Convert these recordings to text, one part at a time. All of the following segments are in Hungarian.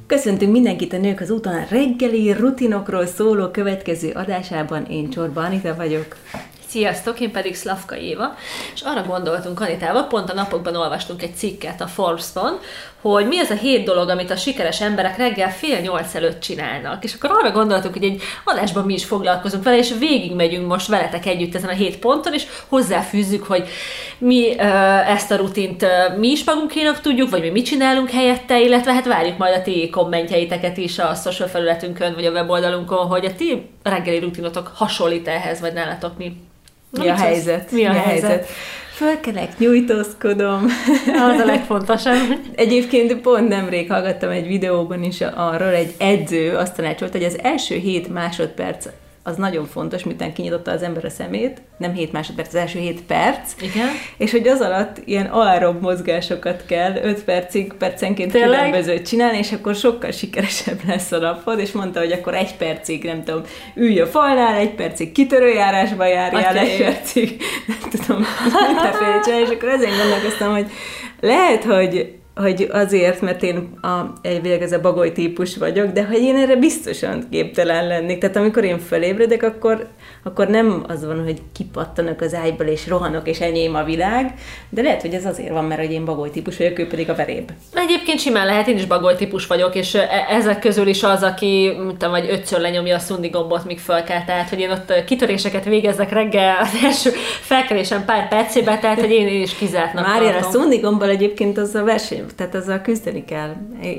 Köszöntünk mindenkit a Nők az úton reggeli rutinokról szóló következő adásában. Én Csorba Anita vagyok. Sziasztok, én pedig Szlavka Éva, és arra gondoltunk Anitával, pont a napokban olvastunk egy cikket a Forbes-on, hogy mi az a 7 dolog, amit a sikeres emberek reggel 7:30 előtt csinálnak. És akkor arra gondoltuk, hogy egy adásban mi is foglalkozunk vele, és végigmegyünk most veletek együtt ezen a 7 ponton, és hozzáfűzzük, hogy mi ezt a rutint mi is magunkénak tudjuk, vagy mi mit csinálunk helyette, illetve hát várjuk majd a ti kommentjeiteket is a social felületünkön, vagy a weboldalunkon, hogy a ti reggeli rutinotok hasonlít ehhez, vagy nálatok mi. Mi a helyzet? Mi a helyzet? Fölkelek, nyújtózkodom. Az a legfontosabb. Egyébként pont nemrég hallgattam egy videóban is arról, egy edző azt tanácsolt, hogy az első 7 másodperc az nagyon fontos, miután kinyitotta az ember a szemét, nem 7 másodperc, az első 7 perc, igen. És hogy az alatt ilyen aerob mozgásokat kell 5 percig, percenként különbözőt csinálni, és akkor sokkal sikeresebb lesz a napod, és mondta, hogy akkor 1 percig, nem tudom, ülj a falnál, 1 percig kitörőjárásba járjál, 1 percig, nem tudom, mindenféle csinálni, és akkor ezen gondolkoztam, hogy lehet, hogy azért, mert én elvileg ez a bagoly típus vagyok, de hogy én erre biztosan képtelen lennék. Tehát amikor én felébredek, akkor nem az van, hogy kipattanok az ágyból, és rohanok, és enyém a világ, de lehet, hogy ez azért van, mert hogy én bagoly típus vagyok, ő pedig a veréb. Egyébként simán lehet, én is bagoly típus vagyok, és ezek közül is az, aki vagy 5-ször lenyomja a szundi gombot, míg föl kell, tehát hogy én ott kitöréseket végezzek reggel az első felkelésem pár percében, tehát hogy én is kizártnak tartom. Már a szundi gombbal egyébként az a verseny, tehát azzal küzdeni kell.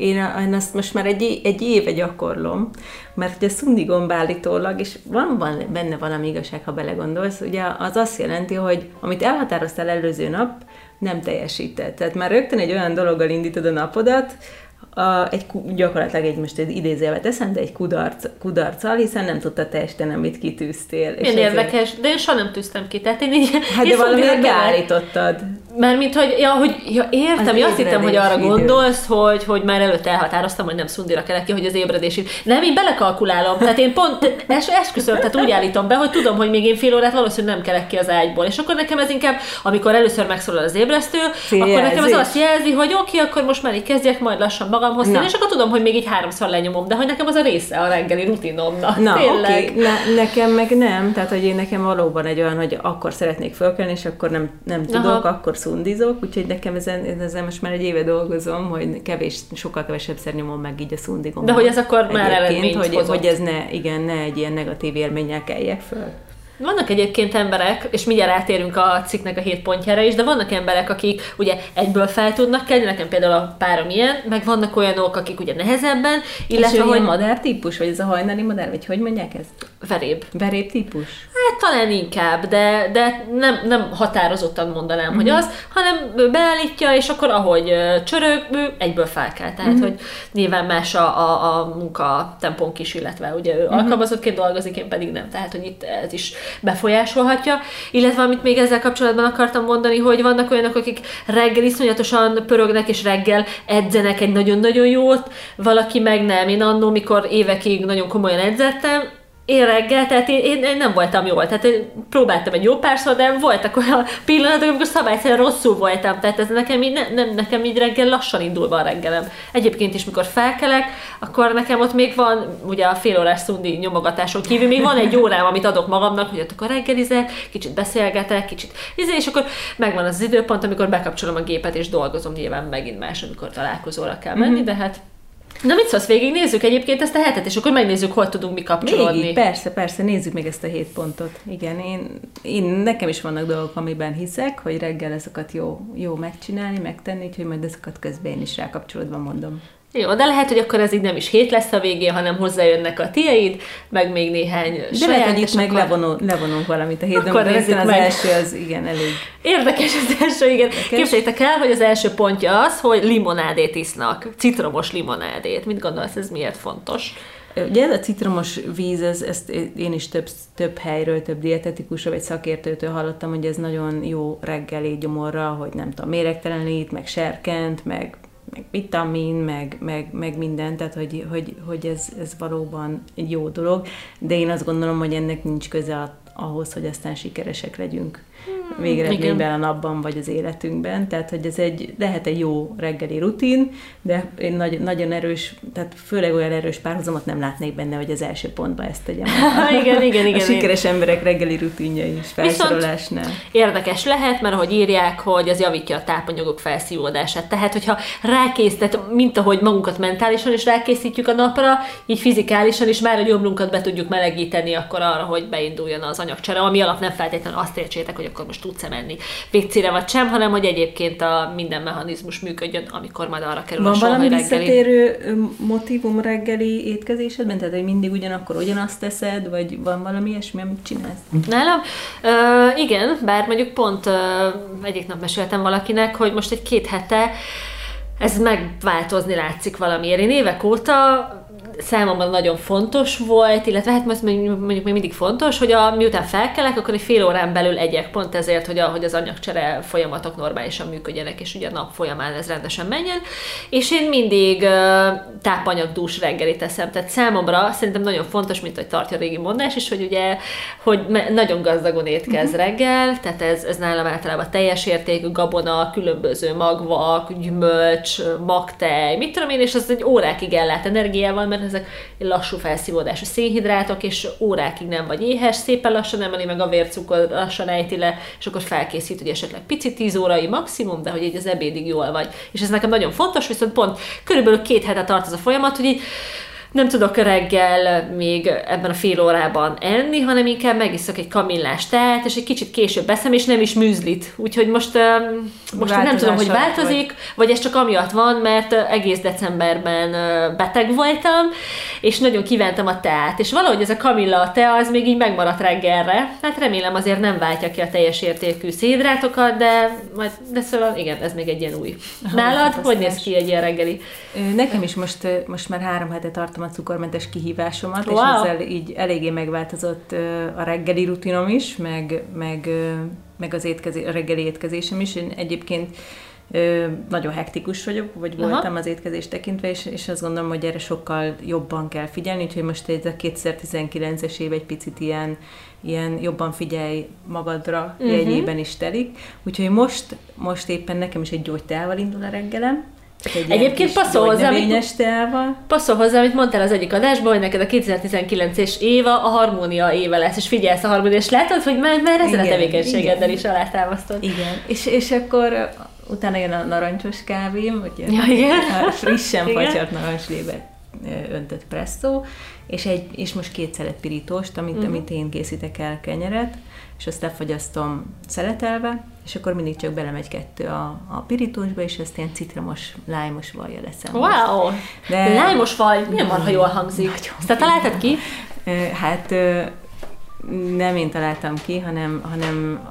Én azt most már egy éve gyakorlom, mert ugye a szundi gomb állítólag, és van benne valami igazság, ha belegondolsz, ugye az azt jelenti, hogy amit elhatároztál előző nap, nem teljesített. Tehát már rögtön egy olyan dologgal indítod a napodat, gyakorlatilag most egy idézőjelet teszem, de egy kudarccal, hiszen nem tudtad teljesíteni, amit kitűztél. Milyen érdekes, de én soha nem tűztem ki, tehát én így... Hát de valamiért beállítottad. Mármint, hogy értem, azt hittem, hogy arra gondolsz, hogy már előtte elhatároztam, hogy nem szundira kelek ki, hogy az ébredésig. Nem, én belekalkulálom, tehát én pont esküszöm, tehát úgy állítom be, hogy tudom, hogy még én fél órát valószínűleg nem kelek ki az ágyból, és akkor nekem ez inkább, amikor először megszólal az ébresztő, akkor nekem ez azt jelzi, hogy oké, akkor most már így kezdjek majd lassan magamhoz tenni, és akkor tudom, hogy még így 3-szor lenyomom, de hogy nekem az a része a reggeli rutinomnak. Na, tényleg. Nekem meg nem, tehát hogy én nekem valóban egy olyan, hogy akkor szeretnék fölkelni, és akkor nem tudok, akkor szundizok, úgyhogy nekem ezen most már egy éve dolgozom, hogy sokkal kevesebbszer nyomom meg így a szundigom. De hogy ez akkor már eredményt hogy ez ne egy ilyen negatív élménnyel keljek föl. Vannak egyébként emberek, és mindjárt átérünk a cikknek a 7 pontjára is, de vannak emberek, akik ugye egyből fel tudnak kelni, nekem például a párom ilyen, meg vannak olyanok, akik ugye nehezebben, illetve és hogy madár típus, vagy ez a hajnali madár, vagy hogy mondják ezt? Veréb. Veréb típus? Hát talán inkább, de nem határozottan mondanám, hogy az, hanem beállítja, és akkor ahogy csörög, ő egyből felkel. Tehát, hogy nyilván más a munka tempónk is, illetve ugye ő alkalmazottként dolgozik, én pedig nem. Tehát, hogy itt ez is befolyásolhatja. Illetve amit még ezzel kapcsolatban akartam mondani, hogy vannak olyanok, akik reggel iszonyatosan pörögnek, és reggel edzenek egy nagyon-nagyon jót, valaki meg nem. Én annó, mikor évekig nagyon komolyan edzettem, én reggel, tehát én nem voltam jól, tehát én próbáltam egy jó párszor, de voltak olyan pillanatok, amikor szabályszerűen rosszul voltam, tehát ez nekem így reggel lassan indul a reggelem. Egyébként is, mikor felkelek, akkor nekem ott még van, ugye a fél órás szundi nyomogatáson kívül, még van egy órám, amit adok magamnak, hogy ott akkor reggelizek, kicsit beszélgetek, kicsit és akkor megvan az időpont, amikor bekapcsolom a gépet és dolgozom, nyilván megint más, amikor találkozóra kell menni, de hát na mit szólsz, végignézzük egyébként ezt a hetet, és akkor megnézzük, hol tudunk mi kapcsolódni. Végig, persze, nézzük meg ezt a 7 pontot. Igen, nekem is vannak dolgok, amiben hiszek, hogy reggel ezeket jó megcsinálni, megtenni, úgyhogy majd ezeket közben én is rákapcsolódva mondom. Jó, de lehet, hogy akkor ez így nem is 7 lesz a végén, hanem hozzájönnek a tiéd, meg még néhány de lehet, hogy itt meg levonunk valamit a 7, akkor de az első az igen elég. Érdekes az első, igen. Képzeljétek el, hogy az első pontja az, hogy limonádét isznak, citromos limonádét. Mit gondolsz, ez miért fontos? Ugye ez a citromos víz, ezt én is több helyről, több dietetikusról vagy szakértőtől hallottam, hogy ez nagyon jó reggeli gyomorra, hogy nem tudom, méregtelenít, meg serkent, meg vitamin, meg minden, tehát hogy ez valóban egy jó dolog, de én azt gondolom, hogy ennek nincs köze ahhoz, hogy aztán sikeresek legyünk. végeredményben a napban vagy az életünkben, tehát hogy ez lehet egy jó reggeli rutin, de én nagyon erős, tehát főleg olyan erős párhuzamot nem látnék benne, hogy az első pontban ezt tegyem. Igen. A sikeres emberek reggeli rutinja is felsorolásnál. Érdekes lehet, mert ahogy írják, hogy az javítja a tápanyagok felszívódását. Tehát, hogyha rákészített, mint ahogy magunkat mentálisan is rákészítjük a napra, így fizikálisan is már a gyomrunkat be tudjuk melegíteni akkor arra, hogy beinduljon az anyagcsere, ami alatt nem feltétlenül azt értsétek, hogy akkor most tudsz menni WC-re vagy sem, hanem hogy egyébként a minden mechanizmus működjön, amikor majd arra kerül van a sor, valami reggeli. visszatérő motívum reggeli étkezésedben? Tehát, hogy mindig ugyanazt teszed, vagy van valami ilyesmi, amit csinálsz? Nálam? Igen, bár mondjuk pont egyik nap meséltem valakinek, hogy most egy 2 hete ez megváltozni látszik valamiért. Én évek óta számomra nagyon fontos volt, illetve hát most mondjuk még mindig fontos, hogy miután felkelek, akkor egy fél órán belül egyek, pont ezért, hogy az anyagcsere folyamatok normálisan működjenek, és ugye a nap folyamán ez rendesen menjen, és én mindig tápanyagdús reggelit teszem, tehát számomra szerintem nagyon fontos, mint hogy tartja a régi mondás is, hogy ugye, hogy nagyon gazdagon étkezz reggel, tehát ez nálam általában teljes értékű gabona, különböző magvak, gyümölcs, magtej, mit tudom én, és az egy órákig ellát energiával, mert ezek lassú felszívódású szénhidrátok, és órákig nem vagy éhes, szépen lassan emeli meg a vércukor, lassan ejti le, és akkor felkészít, hogy esetleg picit 10 órai maximum, de hogy így az ebédig jól vagy. És ez nekem nagyon fontos, viszont pont körülbelül 2 hete tart az a folyamat, hogy így nem tudok reggel még ebben a fél órában enni, hanem inkább megiszok egy kamillás teát, és egy kicsit később veszem, és nem is műzlit. Úgyhogy most nem tudom, hogy változik, vagy ez csak amiatt van, mert egész decemberben beteg voltam, és nagyon kívántam a teát. És valahogy ez a kamilla tea, az még így megmaradt reggelre. Hát remélem azért nem váltja ki a teljes értékű szénhidrátokat, de szóval igen, ez még egy ilyen új. Nálad hogy néz ki egy ilyen reggeli? Nekem is most már 3 hete tartom a cukormentes kihívásomat, wow. És ezzel így eléggé megváltozott a reggeli rutinom is, meg az a reggeli étkezésem is. Én egyébként nagyon hektikus vagyok, vagy voltam az étkezés tekintve, és azt gondolom, hogy erre sokkal jobban kell figyelni, úgyhogy most ez a 2019-es év egy picit ilyen jobban figyelj magadra jegyében is telik. Úgyhogy most éppen nekem is egy gyógyteával indul a reggelem. Egyébként passzol hozzá, amit mondtál az egyik adásban, hogy neked a 2019-es éva a harmónia éve lesz, és figyelsz a harmónia, és látod, hogy már ezzel a tevékenységeddel is alátámasztod. Igen, és akkor utána jön a narancsos kávém, ugye a frissen facsart narancslébe öntött presszó, és most 2 szelet pirítóst, amit én készítek el kenyeret, és azt lefagyasztom szeletelve, és akkor mindig csak belemegy 2 a pirítósba, és ezt ilyen citromos, lájmos vajjal leszem. Wow! Lájmos vaj, milyen marha jól hangzik. Ezt te találtad ki? Hát nem én találtam ki, hanem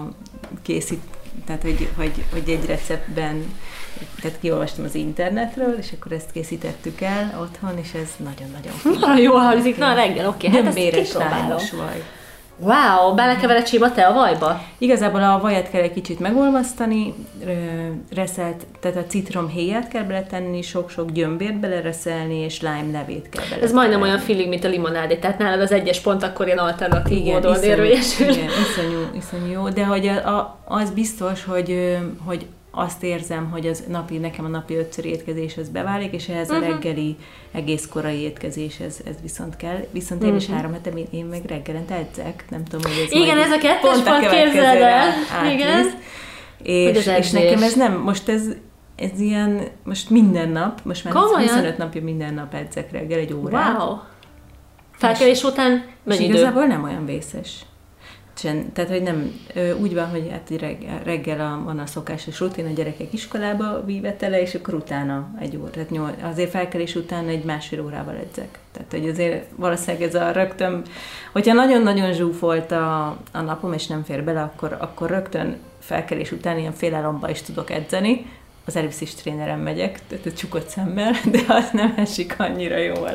tehát hogy egy receptben, tehát kiolvastam az internetről, és akkor ezt készítettük el otthon, és ez nagyon-nagyon finom. Jól hangzik, na reggel, oké, hát ezt kipróbálom. Wow, belekevered csíma te a vajba? Igazából a vajat kell egy kicsit megolvasztani, reszelt, tehát a citromhéját kell beletenni, sok-sok gyömbért belereszelni, és lime levét kell beletenni. Ez majdnem olyan feeling, mint a limonádé, tehát nálad az 1-es pont akkor ilyen alternatív módon érvényesül. Igen, iszonyú jó, de hogy az biztos, hogy azt érzem, hogy nekem a napi 5-ször étkezés az beválik, és ehhez a reggeli egész korai étkezés, ez viszont kell. Viszont én is 3 hete, én meg reggelente edzek, nem tudom, hogy ez igen, ez a 2-es pont, képzeld el. Igen. És nekem ez nem, most ez ilyen, most minden nap, most már 25 napja minden nap edzek reggel 1 órát. Wow. Felkelés után mennyi idő? Igazából nem olyan vészes. Tehát, hogy nem, úgy van, hogy hát reggel van a szokásos rutin, a gyerekek iskolába vívetele, és akkor utána 1 óra. Tehát azért felkelés után 1-1,5 órával edzek. Tehát, hogy azért valószínűleg ez a rögtön, hogyha nagyon-nagyon zsúfolt a napom, és nem fér bele, akkor rögtön felkelés után ilyen félelomba is tudok edzeni. Az elipszis trénerem megyek, tehát csukott szemmel, de az nem esik annyira jól.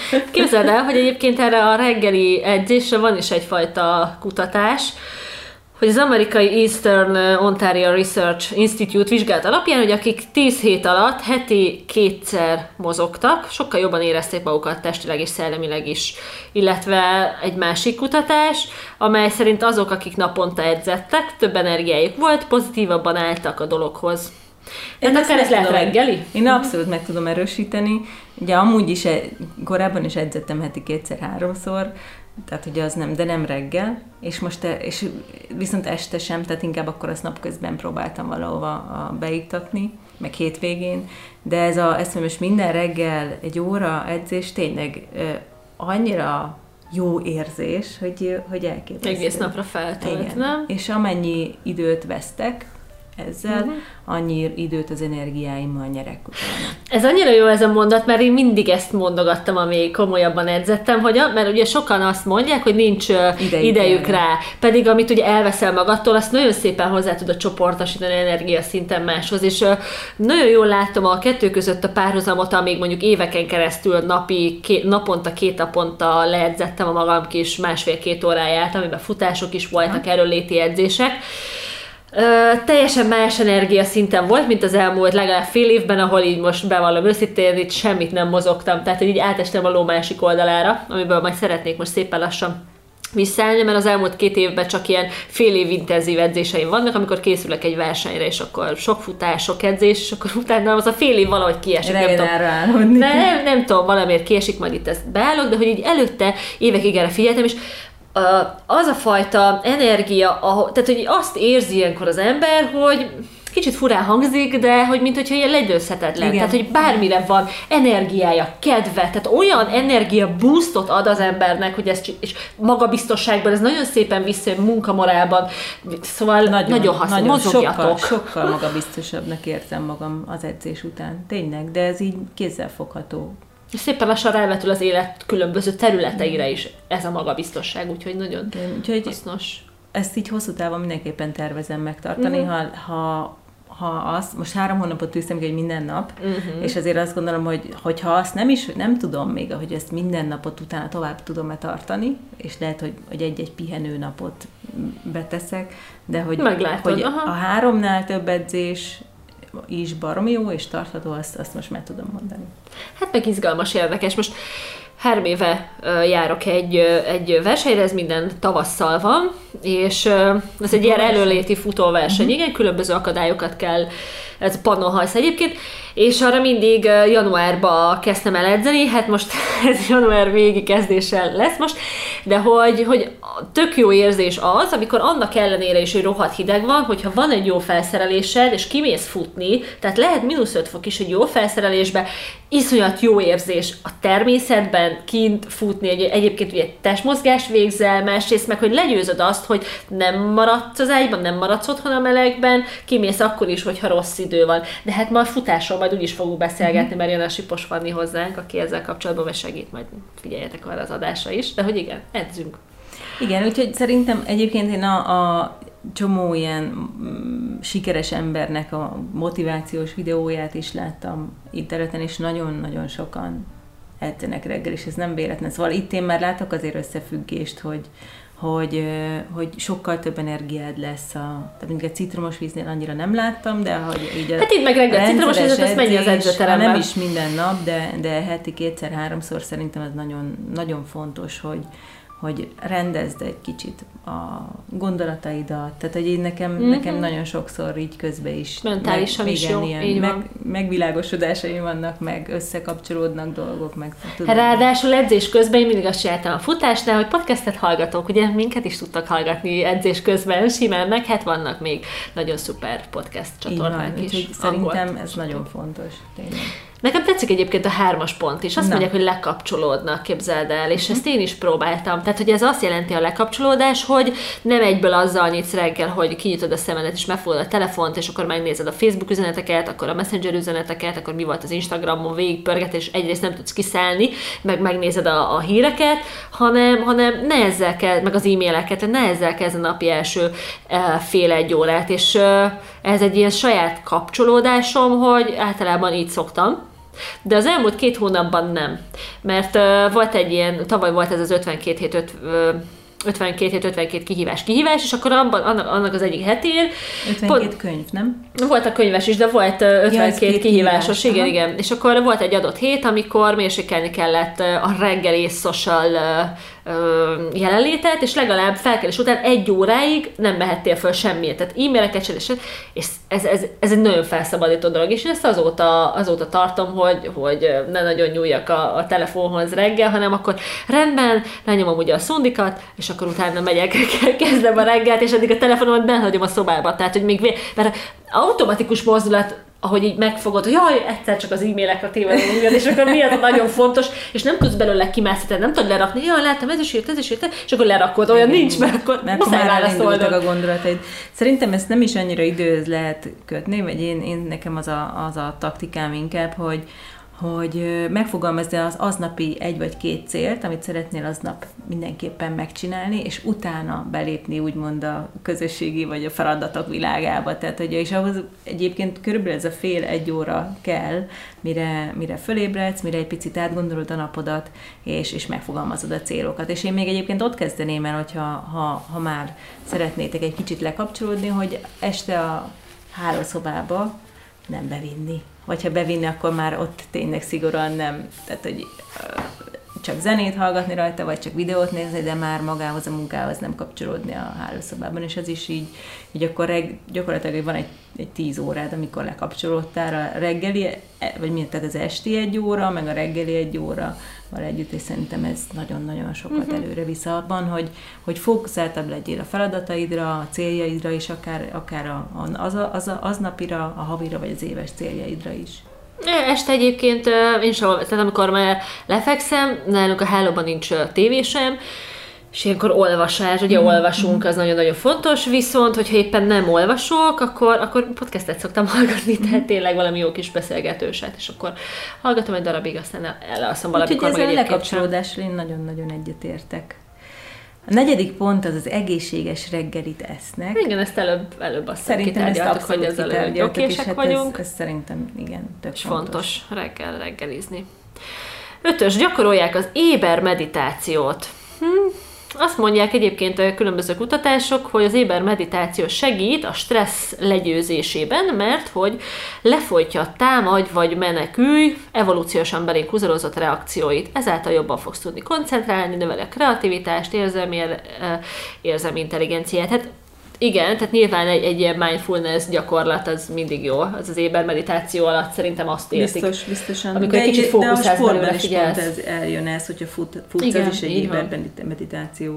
Képzeld el, hogy egyébként erre a reggeli edzésre van is egyfajta kutatás, hogy az amerikai Eastern Ontario Research Institute vizsgált alapján, hogy akik 10 hét alatt heti 2-szer mozogtak, sokkal jobban érezték magukat testileg és szellemileg is. Illetve egy másik kutatás, amely szerint azok, akik naponta edzettek, több energiájuk volt, pozitívabban álltak a dologhoz. Tehát akár ez lehet reggeli? Én abszolút meg tudom erősíteni. Ugye amúgy is korábban is edzettem heti 2-3-szor, tehát ugye az nem, de nem reggel, és és viszont este sem, tehát inkább akkor azt napközben próbáltam valahova beiktatni, meg hétvégén, de ezt most minden reggel egy óra edzés tényleg annyira jó érzés, hogy elképesztő. Egész napra feltölt, nem? És amennyi időt vesztek ezzel, annyi időt az energiáimmal nyerek utána. Ez annyira jó ez a mondat, mert én mindig ezt mondogattam, amíg komolyabban edzettem, mert ugye sokan azt mondják, hogy nincs idejük rá, pedig amit ugye elveszel magadtól, azt nagyon szépen hozzá tudod csoportosítani energiaszinten máshoz, és nagyon jól láttam a kettő között a párhuzamot, amíg mondjuk éveken keresztül naponta, 2 naponta leedzettem a magam kis 1,5-2 óráját, amiben futások is voltak, erőléti edzések. Teljesen más energiaszinten volt, mint az elmúlt legalább fél évben, ahol így most bevallom őszintén, itt semmit nem mozogtam, tehát így átestem a ló másik oldalára, amiből majd szeretnék most szépen lassan visszaállni, mert az elmúlt 2 évben csak ilyen fél év intenzív edzéseim vannak, amikor készülök egy versenyre, és akkor sok futás, sok edzés, és akkor utána az a fél év valahogy kiesik. Nem tudom, valamiért kiesik, majd itt ezt beállok, de hogy így előtte évekig erre figyeltem, és az a fajta energia, tehát hogy azt érzi ilyenkor az ember, hogy kicsit furán hangzik, de hogy mintha ilyen legyőzhetetlen. Igen. Tehát, hogy bármire van energiája, kedve, tehát olyan energia boostot ad az embernek, hogy ez és magabiztosságban, ez nagyon szépen visszajön munkamorálban, szóval nagyon hasznos, mozogjatok. Sokkal magabiztosabbnak érzem magam az edzés után, tényleg, de ez így kézzelfogható. És szépen lassan rávetül az élet különböző területeire is ez a magabiztosság, úgyhogy nagyon hasznos. Ezt így hosszú távon mindenképpen tervezem megtartani, ha azt, most 3 hónapot tűztem ki, hogy minden nap, és azért azt gondolom, hogy ha azt nem tudom még, hogy ezt minden napot utána tovább tudom-e tartani, és lehet, hogy egy-egy pihenő napot beteszek, de hogy a 3-nál több edzés is baromi jó és tartható, azt most meg tudom mondani. Hát meg izgalmas, érdekes. Most 3 éve járok egy versenyre, ez minden tavasszal van, és ez egy ilyen előléti futóverseny, igen, különböző akadályokat kell, ez a Pannonhalsz egyébként, és arra mindig januárba kezdtem el edzeni, hát most ez január végi kezdéssel lesz most, de hogy tök jó érzés az, amikor annak ellenére is, hogy rohadt hideg van, hogyha van egy jó felszerelésed, és kimész futni, tehát lehet -5 fok is egy jó felszerelésbe, iszonyat jó érzés a természetben kint futni, egyébként ugye testmozgást végzel, másrészt meg, hogy legyőzöd azt, hogy nem maradsz az ágyban, nem maradsz otthon a melegben, kimész akkor is, hogyha rossz idő van. De hát ma a futásról majd úgyis fogunk beszélgetni, mert jön a Sipos Fanni hozzánk, aki ezzel kapcsolatban segít, majd figyeljetek arra az adásra is, de hogy igen, edzünk. Igen, úgyhogy szerintem egyébként én a csomó ilyen sikeres embernek a motivációs videóját is láttam interneten, és nagyon-nagyon sokan edzenek reggel, és ez nem véletlen. Szóval itt én már látok azért összefüggést, hogy sokkal több energiád lesz. Tehát mondjuk egy citromos víznél annyira nem láttam, de hogy így hát itt meg reggel citromos vízet, azt mennyi az edzőteremben. Nem is minden nap, de heti 2-3-szor szerintem ez nagyon, nagyon fontos, hogy rendezd egy kicsit a gondolataidat, tehát hogy nekem nagyon sokszor így közben is mentálisan is jó, megvilágosodásaim vannak, meg összekapcsolódnak dolgok, meg ráadásul edzés közben én mindig azt csináltam a futásnál, hogy podcastet hallgatok, ugye minket is tudtak hallgatni edzés közben simán, meg hát vannak még nagyon szuper podcast csatornák is. Szerintem ez nagyon fontos, tényleg. Nekem tetszik egyébként a 3-as pont is. Azt mondják, hogy lekapcsolódnak, képzeld el, és ezt én is próbáltam. Tehát, hogy ez azt jelenti a lekapcsolódás, hogy nem egyből azzal nyitsz reggel, hogy kinyitod a szemedet, és megfogod a telefont, és akkor megnézed a Facebook üzeneteket, akkor a Messenger üzeneteket, akkor mi volt az Instagramon végigpörget, és egyrészt nem tudsz kiszállni, meg megnézed a híreket, hanem ne ezzel kell, meg az e-maileket, ne ezzel kezd a napi első fél-egy órát, és ez egy ilyen saját kapcsolódásom, hogy általában így szoktam. De az elmúlt 2 hónapban nem. Mert volt egy ilyen, tavaly volt ez az 52 hét 52 hét, 52 kihívás, és akkor annak az egyik hetén... 52 könyv, nem? Volt a könyves is, de volt 52 kihívásos, igen. És akkor volt egy adott hét, amikor mérsékelni kellett a reggeli social jelenlétet, és legalább felkelés után 1 óráig nem mehettél föl semmiért, tehát e-maileket sem, és ez egy nagyon felszabadító dolog, és én ezt azóta tartom, hogy ne nagyon nyúljak a telefonhoz reggel, hanem akkor rendben, lenyomom ugye a szundikat, és akkor utána megyek, kezdem a reggelt, és addig a telefonomat benhagyom a szobába, tehát hogy még mert automatikus mozdulat, ahogy így megfogod, hogy jaj, egyszer csak az e-mailekre tévedni, és akkor mi az nagyon fontos, és nem tudsz belőle kimászni, nem tudod lerakni, jaj, láttam, ez is írt, és akkor lerakod, olyan nincs, mert akkor muszáj válaszolnod. A gondolataid. Szerintem ezt nem is annyira időhöz lehet kötni, vagy én nekem az a taktikám inkább, hogy megfogalmazd az aznapi 1 vagy 2 célt, amit szeretnél aznap mindenképpen megcsinálni, és utána belépni úgymond a közösségi vagy a feladatok világába. Tehát, hogy és ahhoz egyébként körülbelül ez a fél-1 óra kell, mire fölébredsz, mire egy picit átgondolod a napodat, és megfogalmazod a célokat. És én még egyébként ott kezdeném el, hogyha ha már szeretnétek egy kicsit lekapcsolódni, hogy este a hálószobába nem bevinni. Vagy ha bevinni, akkor már ott tényleg szigorúan nem, tehát hogy csak zenét hallgatni rajta, vagy csak videót nézni, de már magához a munkához nem kapcsolódni a hálószobában, és ez is így akkor gyakorlatilag van egy 10 órád, amikor lekapcsolódtál a reggeli, vagy mi, tehát az esti 1 óra, meg a reggeli 1 óra együtt, és szerintem ez nagyon-nagyon sokat előre visz abban, hogy fókuszáltabb legyél a feladataidra, a céljaidra, és akár az napira, a havira, vagy az éves céljaidra is. Este egyébként én sem, tehát amikor már lefekszem, nálunk a hálóban nincs tévé sem, és ilyenkor olvasás, ugye olvasunk, az nagyon-nagyon fontos, viszont hogyha éppen nem olvasok, akkor podcastet szoktam hallgatni, tehát tényleg valami jó kis beszélgetőset, és akkor hallgatom egy darabig, aztán elalszom valamikor. Úgyhogy ezzel a lekapcsolódásra én nagyon-nagyon egyetértek. A 4. pont az egészséges reggelit esznek. Igen, ezt előbb azt kitárgyaltuk, hogy ezzel gyökések vagyunk. Ez szerintem igen, tök fontos reggelizni. 5. Gyakorolják az éber meditációt. Azt mondják egyébként különböző kutatások, hogy az éber meditáció segít a stressz legyőzésében, mert hogy lefolytja, támadj vagy menekülj evolúciósan belénk húzalozott reakcióit. Ezáltal jobban fogsz tudni koncentrálni, növeli a kreativitást, érzelmi intelligenciát. Hát igen, tehát nyilván egy ilyen mindfulness gyakorlat az mindig jó. Az éber meditáció alatt szerintem azt értik. Biztosan. Amikor egy kicsit fókuszálsz belőle, figyelsz. Ez eljön ez, hogyha futsz, az is egy éber meditáció.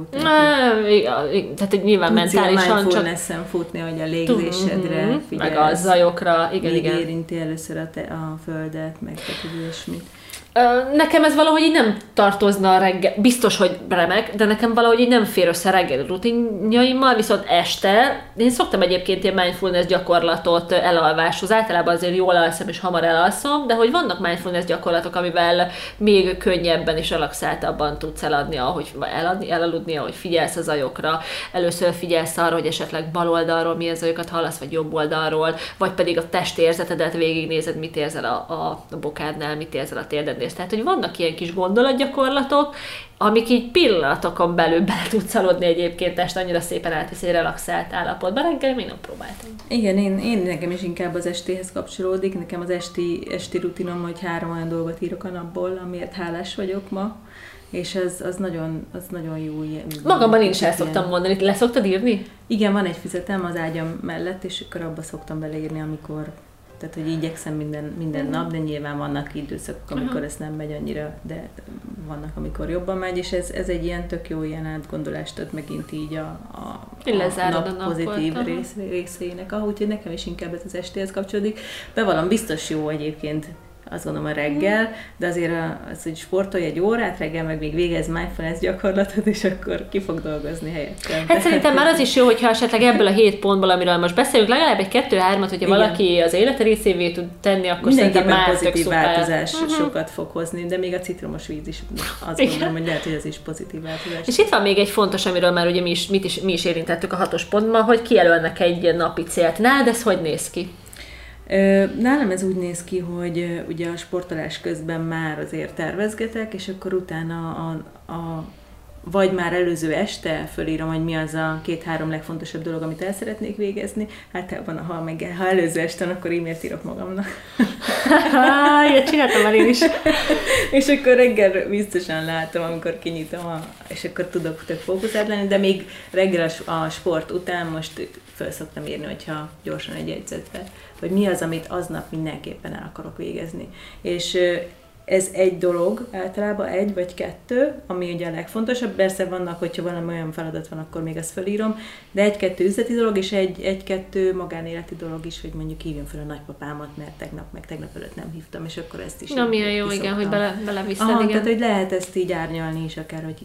Tehát nyilván mentálisan csak... mindfulness-en futni, hogy a légzésedre figyelsz. Meg a zajokra, igen. Érinti először a földet, meg tehát ilyesmit. Nekem ez valahogy így nem tartozna a reggel, biztos, hogy remek, de nekem valahogy így nem fér össze a reggeli rutinjaimmal, viszont este, én szoktam egyébként ilyen mindfulness gyakorlatot elalváshoz, általában azért jól alszom és hamar elalszom, de hogy vannak mindfulness gyakorlatok, amivel még könnyebben és relaxáltabban tudsz elaludni, ahogy figyelsz a zajokra, először figyelsz arra, hogy esetleg bal oldalról milyen zajokat hallasz, vagy jobb oldalról, vagy pedig a testérzetedet végignézed, mit érzel a bokádnál, mit érzel a térdednél. Tehát, hogy vannak ilyen kis gondolatgyakorlatok, amik így pillanatokon belül bele tudsz aludni egyébként, este annyira szépen átvisz egy relaxált állapotban. Reggel még nem próbáltam. Igen, én nekem is inkább az estéhez kapcsolódik. Nekem az esti rutinom, hogy 3 olyan dolgot írok a napból, amiért hálás vagyok ma, és az nagyon jó. Magamban én is el szoktam mondani. Le szoktad írni? Igen, van egy füzetem az ágyam mellett, és akkor abba szoktam beleírni, amikor... Tehát, hogy igyekszem minden nap, de nyilván vannak időszakok, amikor ez nem megy annyira, de vannak, amikor jobban megy, és ez egy ilyen tök jó ilyen átgondolást ad megint így a nap pozitív részeinek. Úgyhogy nekem is inkább ez az estéhez kapcsolódik. Bevallom, biztos jó egyébként, azt gondolom a reggel, de azért az, hogy sportolj 1 órát, reggel meg még végez mindfulness gyakorlatot, és akkor ki fog dolgozni helyettem. Hát szerintem már az is jó, hogyha esetleg ebből a 7 pontból, amiről most beszélünk, legalább egy 2-3-at, hogyha valaki az élete részévé tud tenni, akkor szerintem már pozitív változás sokat fog hozni, de még a citromos víz is azt gondolom, hogy lehet, hogy ez is pozitív változás. És itt van még egy fontos, amiről már ugye mi is érintettük a 6. pontban, hogy kijelölnek egy napi célt. Nálad ez hogy néz ki? Nálam ez úgy néz ki, hogy ugye a sportolás közben már azért tervezgetek, és akkor utána vagy már előző este fölírom, hogy mi az a 2-3 legfontosabb dolog, amit el szeretnék végezni. Általában, ha előző este, akkor e-mailt írok magamnak. Ilyet csináltam már én is. És akkor reggel biztosan látom, amikor kinyitom, és akkor tudok tök fókuszált lenni, de még reggel a sport után most föl szoktam írni, hogyha gyorsan egy jegyzetbe, hogy mi az, amit aznap mindenképpen el akarok végezni. És ez egy dolog, általában 1 vagy 2, ami ugye a legfontosabb. Persze vannak, hogyha valami olyan feladat van, akkor még ezt felírom, de 1-2 üzleti dolog, és 1-2 magánéleti dolog is, hogy mondjuk hívjam fel a nagypapámat, mert tegnap előtt nem hívtam, és akkor ezt is. Na, milyen jó, igen, hogy beleviszed, igen. igen. Tehát, hogy lehet ezt így árnyalni is, akár, hogy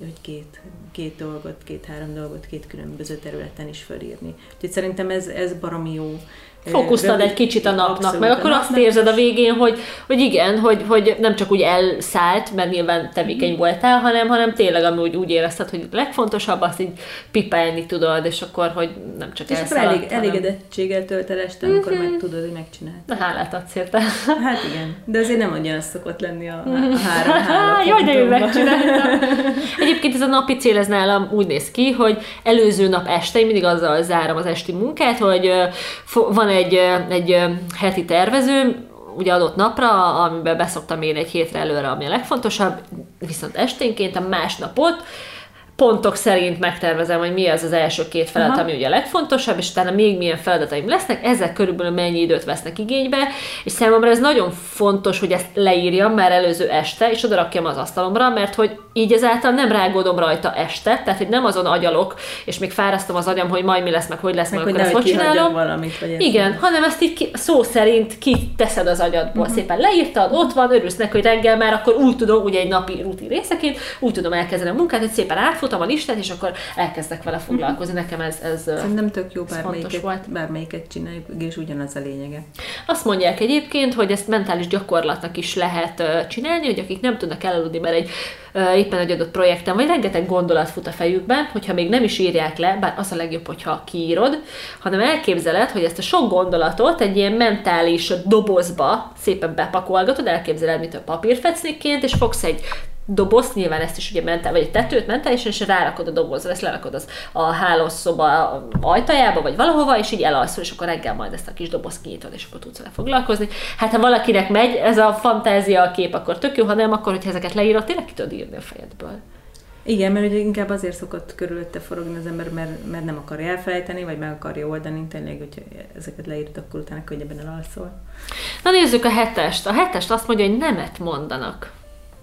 két dolgot, 2-3 dolgot, 2 különböző területen is felírni. Úgyhogy szerintem ez baromi jó. Fókusztad egy kicsit a napnak, meg akkor azt érzed a végén, hogy igen, hogy nem csak úgy elszállt, mert nyilván tevékeny voltál, hanem tényleg ami úgy érezted, hogy legfontosabb, azt így pipálni tudod, és akkor, hogy nem csak elszállt. És akkor elégedettséggel tölted este, amikor meg tudod, hogy megcsináltad. Na, hálát adsz érte. Hát igen, de azért nem ugyanaz szokott lenni a 3 Jaj, de ő megcsináltam. Egyébként ez a napi cél, ez nálam úgy néz ki, hogy előző nap este, én mindig azzal zárom az esti munkát, hogy van egy heti tervező, ugye adott napra, amiben beszoktam én egy hétre előre, ami a legfontosabb, viszont esténként a másnapot pontok szerint megtervezem, hogy mi az első 2 feladat, ami ugye a legfontosabb, és utána még milyen feladataim lesznek, ezek körülbelül mennyi időt vesznek igénybe, és számomra ez nagyon fontos, hogy ezt leírjam már előző este, és odarakjam az asztalomra, mert hogy így ezáltal nem rágódom rajta este, tehát hogy nem azon agyalok, és még fárasztom az agyam, hogy majd mi lesz, meg hogy lesz, meg akkor ezt hogy csinálom. Valamit, vagy igen, hanem ezt így szó szerint kiteszed az agyadból. Szépen leírtad, ott van, örülsz neki, hogy reggel már akkor úgy tudom, ugye egy napi rutin részeként, úgy tudom elkezdeni a munkát, hogy szépen átfutom a listát, és akkor elkezdek vele foglalkozni. Nekem ez szerintem tök jó, bármelyiket csináljuk, és ugyanaz a lényege. Azt mondják egyébként, hogy ezt mentális gyakorlatnak is lehet csinálni, hogy akik nem tudnak elaludni, mert éppen egy adott projekten, vagy rengeteg gondolat fut a fejükben, hogyha még nem is írják le, bár az a legjobb, hogyha kiírod, hanem elképzeled, hogy ezt a sok gondolatot egy ilyen mentális dobozba szépen bepakolgatod, elképzeled, mint a papírfecnikként, és fogsz egy dobozt, nyilván ezt is ugye vagy egy tetőt mentálisan, és rárakod a dobozra, ezt lerakod a hálószoba ajtajába, vagy valahova, és így elalszol, és akkor reggel majd ezt a kis dobozt kinyitod, és akkor tudsz vele foglalkozni. Hát ha valakinek megy ez a fantázia a kép, akkor tök jó, ha nem, akkor hogyha ezeket leírod, tényleg ki tudod írni a fejedből. Igen, mert ugye inkább azért szokott körülötte forogni az ember, mert nem akarja elfelejteni, vagy meg akarja oldani, tényleg, hogyha ezeket leírod, akkor utána könnyebben elalszol. Na nézzük a 7-est. A 7-est azt mondja, hogy nemet mondanak.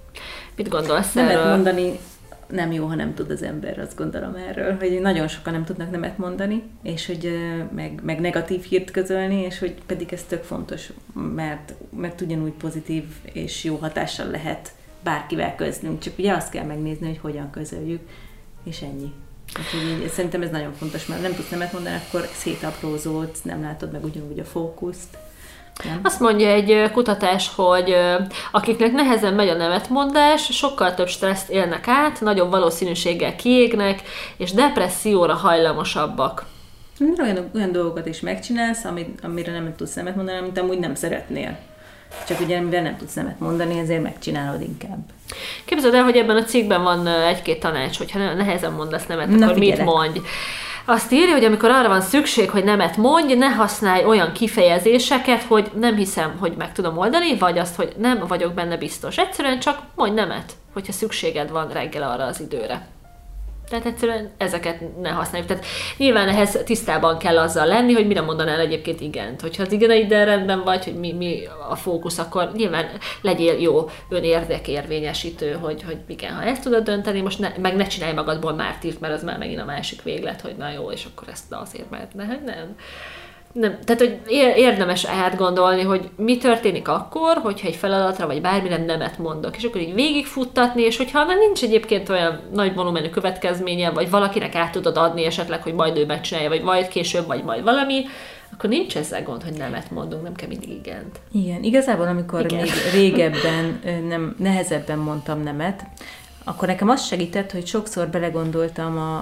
Mit gondolsz erről? Nemet mondani nem jó, ha nem tud az ember, azt gondolom erről, hogy nagyon sokan nem tudnak nemet mondani, és hogy meg negatív hírt közölni, és hogy pedig ez tök fontos, mert ugyanúgy pozitív és jó hatással lehet bárkivel köznünk, csak ugye azt kell megnézni, hogy hogyan közöljük, és ennyi. Úgyhogy szerintem ez nagyon fontos, mert nem tudsz nemet mondani, akkor szétaprózódsz, nem látod meg ugyanúgy a fókuszt. Nem? Azt mondja egy kutatás, hogy akiknek nehezen megy a nemetmondás, sokkal több stresszt élnek át, nagyobb valószínűséggel kiégnek, és depresszióra hajlamosabbak. Olyan dolgokat is megcsinálsz, amire nem tudsz nemet mondani, amit amúgy nem szeretnél. Csak ugye, mivel nem tudsz nemet mondani, ezért megcsinálod inkább. Képzeld el, hogy ebben a cikkben van 1-2 tanács, hogyha nehezen mondasz nemet, akkor mit mondj. Azt írja, hogy amikor arra van szükség, hogy nemet mondj, ne használj olyan kifejezéseket, hogy nem hiszem, hogy meg tudom oldani, vagy azt, hogy nem vagyok benne biztos. Egyszerűen csak mondj nemet, hogyha szükséged van reggel arra az időre. Tehát egyszerűen ezeket ne használjuk. Tehát nyilván ehhez tisztában kell azzal lenni, hogy mire mondanál egyébként igent. Hogyha az igeneiddel rendben vagy, hogy mi a fókusz, akkor nyilván legyél jó önérdekérvényesítő, hogy igen, ha ezt tudod dönteni, most meg ne csinálj magadból mártírt, mert az már megint a másik véglet, hogy na jó, és akkor ezt azért, mert nem. Tehát, hogy érdemes átgondolni, hogy mi történik akkor, hogyha egy feladatra, vagy bármire nemet mondok, és akkor így végigfuttatni, és hogyha nincs egyébként olyan nagy volumenű következménye, vagy valakinek át tudod adni esetleg, hogy majd ő megcsinálja, vagy majd később, vagy majd valami, akkor nincs ezzel gond, hogy nemet mondunk, nem kell mindig igent. Igen, igazából amikor még régebben, nehezebben mondtam nemet, akkor nekem az segített, hogy sokszor belegondoltam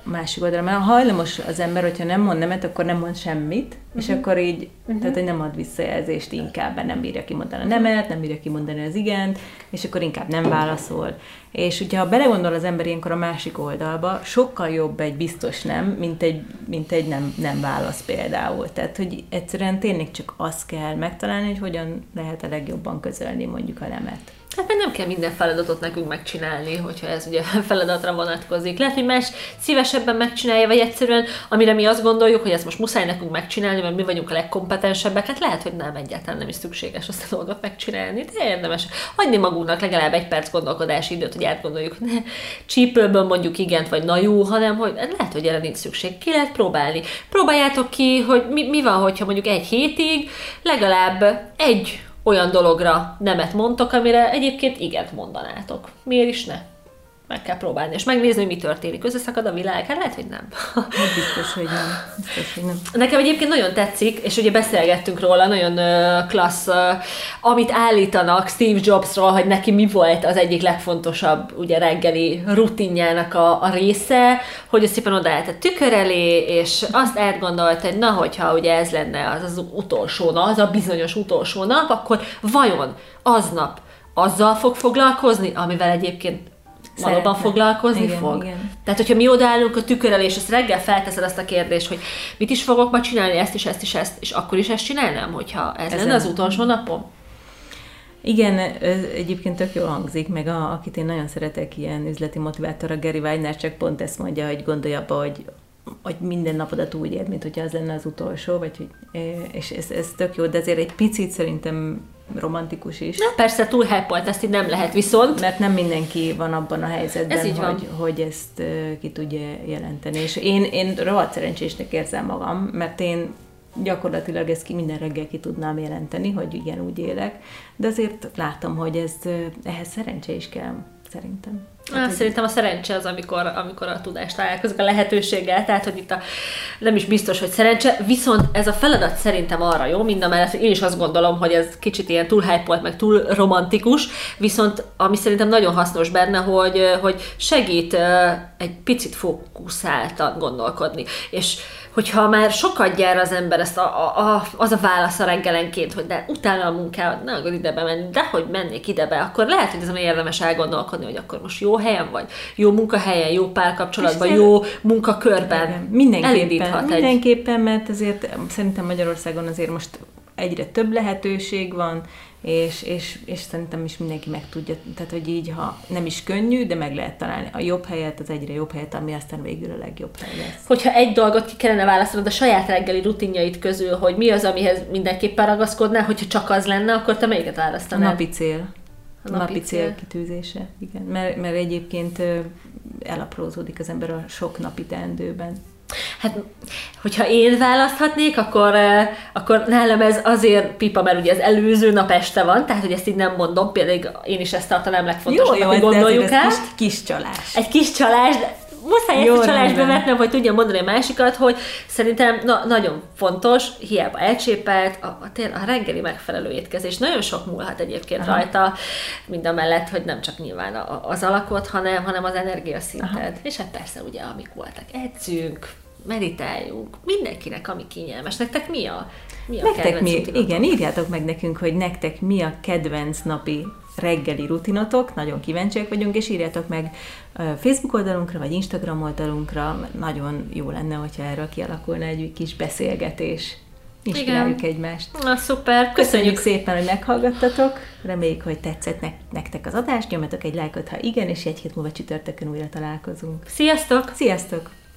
másik oldalra, mert hajlamos az ember, hogyha nem mond nemet, akkor nem mond semmit, és akkor így, tehát hogy nem ad visszajelzést inkább, nem bírja kimondani a nemet, nem bírja kimondani az igent, és akkor inkább nem válaszol. És ugye, ha belegondol az ember ilyenkor a másik oldalba, sokkal jobb egy biztos nem, mint egy nem válasz például. Tehát, hogy egyszerűen tényleg csak azt kell megtalálni, hogy hogyan lehet a legjobban közölni mondjuk a nemet. Hát nem kell minden feladatot nekünk megcsinálni, hogyha ez ugye feladatra vonatkozik. Lehet, hogy más szívesebben megcsinálja, vagy egyszerűen, amire mi azt gondoljuk, hogy ezt most muszáj nekünk megcsinálni, mert mi vagyunk a legkompetensebbek, hát lehet, hogy nem, egyáltalán nem is szükséges azt a dolgot megcsinálni, de érdemes adni magunknak legalább 1 perc gondolkodási időt, hogy átgondoljuk, hogy ne csípőből mondjuk igent, vagy na jó, hanem hogy lehet, hogy erre nincs szükség. Ki lehet próbálni. Próbáljátok ki, hogy mi van, hogyha mondjuk 1 hétig legalább egy olyan dologra nemet mondtok, amire egyébként igent mondanátok. Miért is ne? Meg kell próbálni, és megnézni, hogy mi történik. Összeszakad a világ? Hát lehet, hogy nem. Hát biztos, hogy nem. Biztos, hogy nem. Nekem egyébként nagyon tetszik, és ugye beszélgettünk róla, nagyon klassz, amit állítanak Steve Jobsról, hogy neki mi volt az egyik legfontosabb ugye reggeli rutinjának a része, hogy szépen odaállt a tükör elé, és azt átgondolta, hogy na, hogyha ugye ez lenne az utolsó nap, az a bizonyos utolsó nap, akkor vajon aznap azzal fog foglalkozni, amivel egyébként valóban foglalkozni fog. Igen. Tehát, hogyha mi odaállunk a tükör elé, és ezt reggel felteszed azt a kérdést, hogy mit is fogok ma csinálni, ezt is, és akkor is ezt csinálnám, hogyha ez lenne az utolsó napom? Igen, ez egyébként tök jól hangzik, meg akit én nagyon szeretek, ilyen üzleti motivátor, a Gary Vaynerchuk pont ezt mondja, hogy gondolj abba, hogy minden napodat úgy ér, mint hogyha az lenne az utolsó, vagy hogy, és ez tök jó, de azért egy picit szerintem romantikus is. Na, persze, túl hype-olt, ezt így nem lehet viszont. Mert nem mindenki van abban a helyzetben, hogy ezt ki tudja jelenteni. És én rohadt szerencsésnek érzem magam, mert én gyakorlatilag ezt minden reggel ki tudnám jelenteni, hogy igen, úgy élek, de azért látom, hogy ehhez szerencse is kell, szerintem. Szerintem a szerencse az, amikor a tudást találkozik a lehetőséggel, tehát, hogy itt nem is biztos, hogy szerencse, viszont ez a feladat szerintem arra jó, mindamellett, én is azt gondolom, hogy ez kicsit ilyen túl hype-olt, meg túl romantikus, viszont ami szerintem nagyon hasznos benne, hogy segít egy picit fókuszáltan gondolkodni, és hogyha már sokat gyár az ember, ezt az a válasz a reggelenként, hogy de utána a munkámat, ne akar ide bemenni, de hogy mennék ide be, akkor lehet, hogy ez érdemes elgondolkodni, hogy akkor most jó helyen vagy, jó munkahelyen, jó párkapcsolatban, jó munkakörben. Mindenképpen, mert azért szerintem Magyarországon azért most egyre több lehetőség van, és szerintem is mindenki meg tudja, tehát hogy így, ha nem is könnyű, de meg lehet találni a jobb helyet, az egyre jobb helyet, ami aztán végül a legjobb hely lesz. Hogyha egy dolgot ki kellene választanod a saját reggeli rutinjaid közül, hogy mi az, amihez mindenképpen ragaszkodnál, hogyha csak az lenne, akkor te melyiket választanád? A napi cél. A napi cél kitűzése, igen. Mert egyébként elaprózódik az ember a sok napi teendőben. Hát, hogyha én választhatnék, akkor nálam ez azért pipa, mert ugye az előző nap este van, tehát, hogy ezt így nem mondom, például én is ezt tartanám legfontosabb, hogy gondoljuk át. Kis csalás. Egy kis csalás, de muszáj ezt a csalást bevetnem, hogy tudjam mondani a másikat, hogy szerintem nagyon fontos, hiába elcsépelt, a reggeli megfelelő étkezés. Nagyon sok múlhat egyébként rajta, mindamellett, hogy nem csak nyilván az alakot, hanem az energiaszinted. És hát persze ugye, amik voltak, edzünk, meditáljunk, mindenkinek, ami kényelmes. Nektek mi a kedvenc rutinotok? Igen, írjátok meg nekünk, hogy nektek mi a kedvenc napi reggeli rutinotok, nagyon kíváncsiak vagyunk, és írjátok meg Facebook oldalunkra, vagy Instagram oldalunkra, nagyon jó lenne, hogyha erről kialakulna egy kis beszélgetés. Inspiráljuk egymást. Na, szuper, köszönjük szépen, hogy meghallgattatok, reméljük, hogy tetszett nektek az adás, nyomjatok egy lájkot, ha igen, és egy hét múlva csütörtökön újra találkozunk. Sziasztok! Sziasztok!